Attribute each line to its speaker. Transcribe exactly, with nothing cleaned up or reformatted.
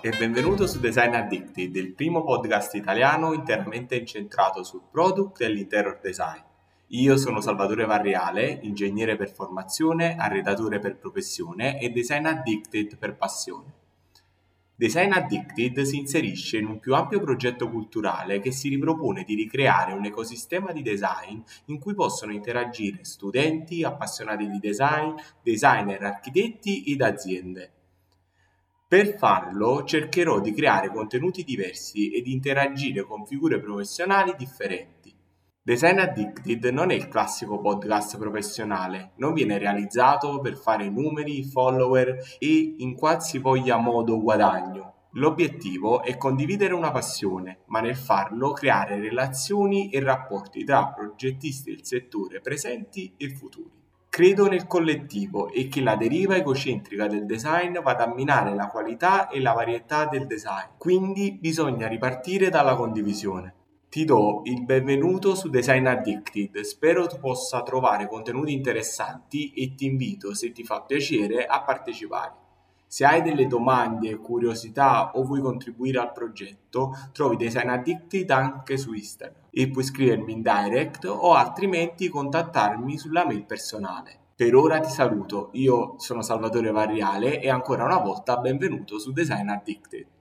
Speaker 1: e benvenuto su Design Addicted, il primo podcast italiano interamente incentrato sul product e l'interior design. Io sono Salvatore Varriale, ingegnere per formazione, arredatore per professione e Design Addicted per passione. Design Addicted si inserisce in un più ampio progetto culturale che si ripropone di ricreare un ecosistema di design in cui possono interagire studenti, appassionati di design, designer, architetti ed aziende. Per farlo cercherò di creare contenuti diversi e di interagire con figure professionali differenti. Design Addicted non è il classico podcast professionale, non viene realizzato per fare numeri, follower e in qualsivoglia modo guadagno. L'obiettivo è condividere una passione, ma nel farlo creare relazioni e rapporti tra progettisti del settore presenti e futuri. Credo nel collettivo e che la deriva egocentrica del design vada a minare la qualità e la varietà del design, quindi bisogna ripartire dalla condivisione. Ti do il benvenuto su Design Addicted, spero tu possa trovare contenuti interessanti e ti invito, se ti fa piacere, a partecipare. Se hai delle domande, curiosità o vuoi contribuire al progetto, trovi Design Addicted anche su Instagram e puoi scrivermi in direct o altrimenti contattarmi sulla mail personale. Per ora ti saluto, io sono Salvatore Varriale e ancora una volta benvenuto su Design Addicted.